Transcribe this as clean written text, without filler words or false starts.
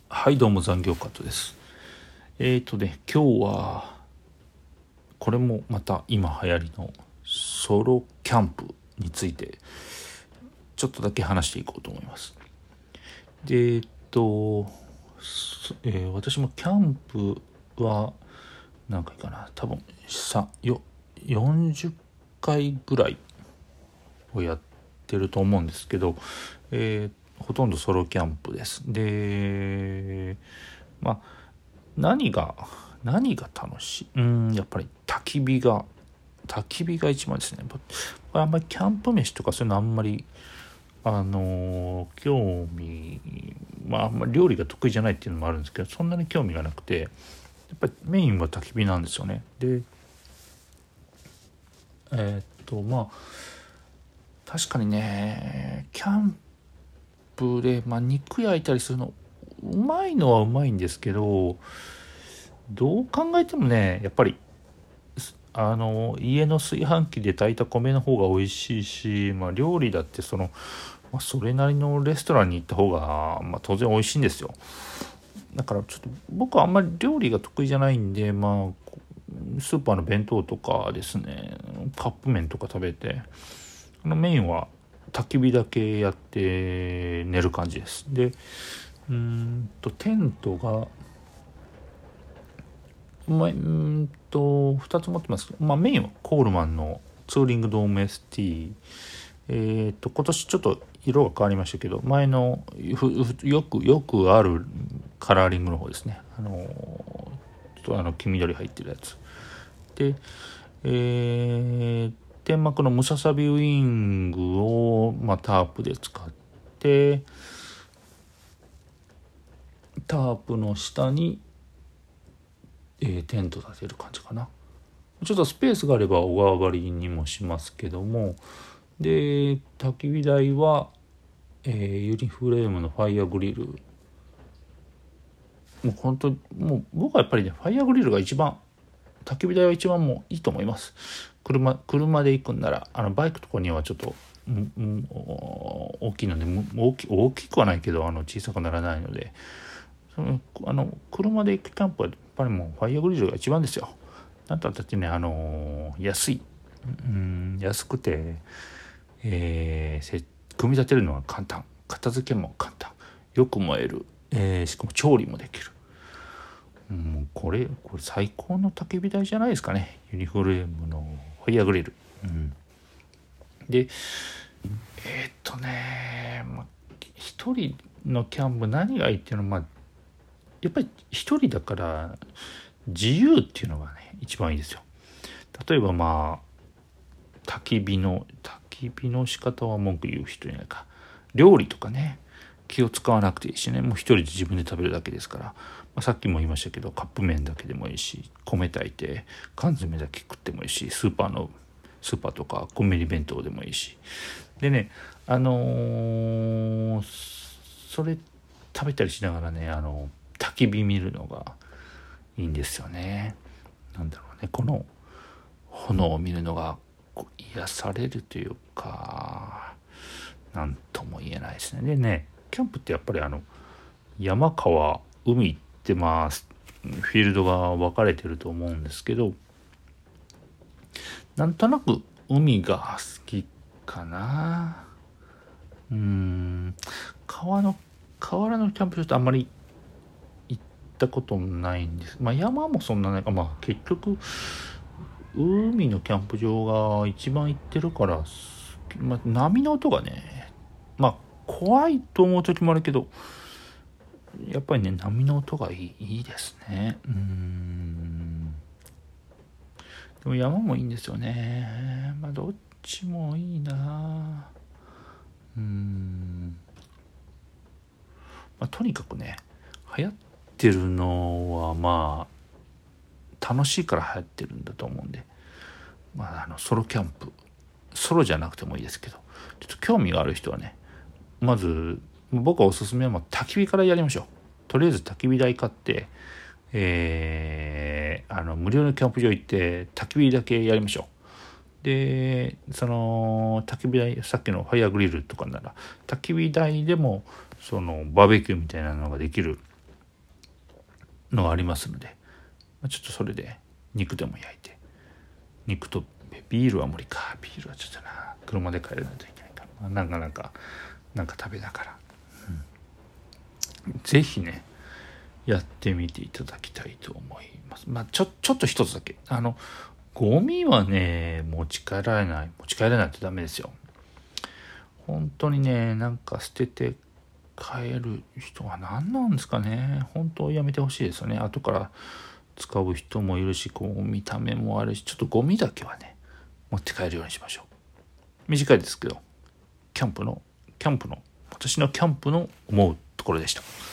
はい、どうも残業カットです。今日はこれもまた今流行りのソロキャンプについてちょっとだけ話していこうと思います。で、私もキャンプは何回かな、多分40回ぐらいをやってると思うんですけど、ほとんどソロキャンプです。で、何が楽しい？やっぱり焚き火が一番ですね。あんまりキャンプ飯とかそういうのあんまり興味、あんまり料理が得意じゃないっていうのもあるんですけど、そんなに興味がなくて、やっぱりメインは焚き火なんですよね。で、確かにね、キャンプで、肉焼いたりするのうまいのはうまいんですけど、どう考えてもね、やっぱり家の炊飯器で炊いた米の方が美味しいし、料理だってそれなりのレストランに行った方が、当然美味しいんですよ。だからちょっと僕はあんまり料理が得意じゃないんで、スーパーの弁当とかですね、カップ麺とか食べて、メインは焚き火だけやって寝る感じです。で、テントが2つ持ってますけど、メインはコールマンのツーリングドーム ST。今年ちょっと色が変わりましたけど、前のよくあるカラーリングの方ですね。黄緑入ってるやつ。で、天幕のムササビウィングを、タープで使って、タープの下にテント立てる感じかな。ちょっとスペースがあればお上がりにもしますけども、で焚き火台は、ユニフレームのファイアグリル、もう僕はやっぱりね、ファイアグリルが一番、焚き火台は一番もういいと思います。車で行くんなら、バイクとかにはちょっと大きいので、大きくはないけど小さくならないので、車で行くキャンプはやっぱりもうファイアグリルが一番ですよ。なんたってね、安くて、組み立てるのは簡単、片付けも簡単、よく燃える、しかも調理もできる。これ最高の焚き火台じゃないですかね、ユニフレームのファイアグリル。で一人のキャンプ何がいいっていうのは、やっぱり一人だから自由っていうのがね一番いいですよ。例えば焚き火の仕方は文句言う人いないか。料理とかね、気を使わなくていいしね、もう一人で自分で食べるだけですから、さっきも言いましたけど、カップ麺だけでもいいし、米炊いて缶詰だけ食ってもいいし、スーパーとかコンビニ弁当でもいいし、でね、それ食べたりしながらね、焚き火見るのがいいんですよね。なんだろうね、この炎を見るのが癒されるというか、なんとも言えないですね。でね、キャンプってやっぱり山川海ってフィールドが分かれてると思うんですけど、なんとなく海が好きかな。河原のキャンプ場ってあんまり行ったことないんです。山もそんなないか、結局海のキャンプ場が一番行ってるから、波の音がね、怖いと思う時もあるけど、やっぱりね、波の音がいいですね。でも山もいいんですよね。どっちもいいな。とにかくね、流行ってるのは楽しいから流行ってるんだと思うんで、ソロキャンプ、ソロじゃなくてもいいですけど、ちょっと興味がある人はね、まず僕はおすすめは焚き火からやりましょう。とりあえず焚き火台買って、無料のキャンプ場行って焚き火だけやりましょう。で、その焚き火台、さっきのファイアグリルとかなら焚き火台でもバーベキューみたいなのができるのがありますので、ちょっとそれで肉でも焼いて、肉とビールは無理か、ビールはちょっとな、車で帰らないといけないから、なんか食べながら、ぜひねやってみていただきたいと思います。ちょっと一つだけ、ゴミはね持ち帰らないとダメですよ。本当にね、なんか捨てて帰る人は何なんですかね。本当やめてほしいですよね。後から使う人もいるし、見た目もあるし、ちょっとゴミだけはね持って帰るようにしましょう。短いですけど、キャンプの私のキャンプの思うところでした。